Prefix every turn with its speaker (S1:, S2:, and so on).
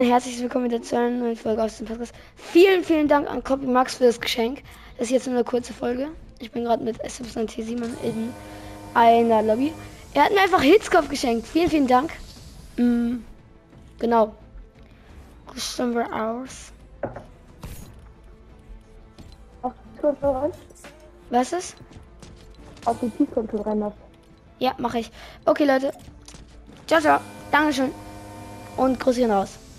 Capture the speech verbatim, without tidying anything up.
S1: Herzlich willkommen wieder zu einer neuen Folge aus dem Podcast. Vielen, vielen Dank an Copy Max für das Geschenk. Das ist jetzt nur eine kurze Folge. Ich bin gerade mit S Y T Simon in einer Lobby. Er hat mir einfach Hitzkopf geschenkt. Vielen, vielen Dank. Mhm. Genau. Rüsten wir aus.
S2: Auf die Tiefkontrolle?
S1: Was ist?
S2: Auf die Tiefkontrolle rein.
S1: Ja, mache ich. Okay, Leute. Ciao, ciao. Dankeschön. Und Grüßchen raus.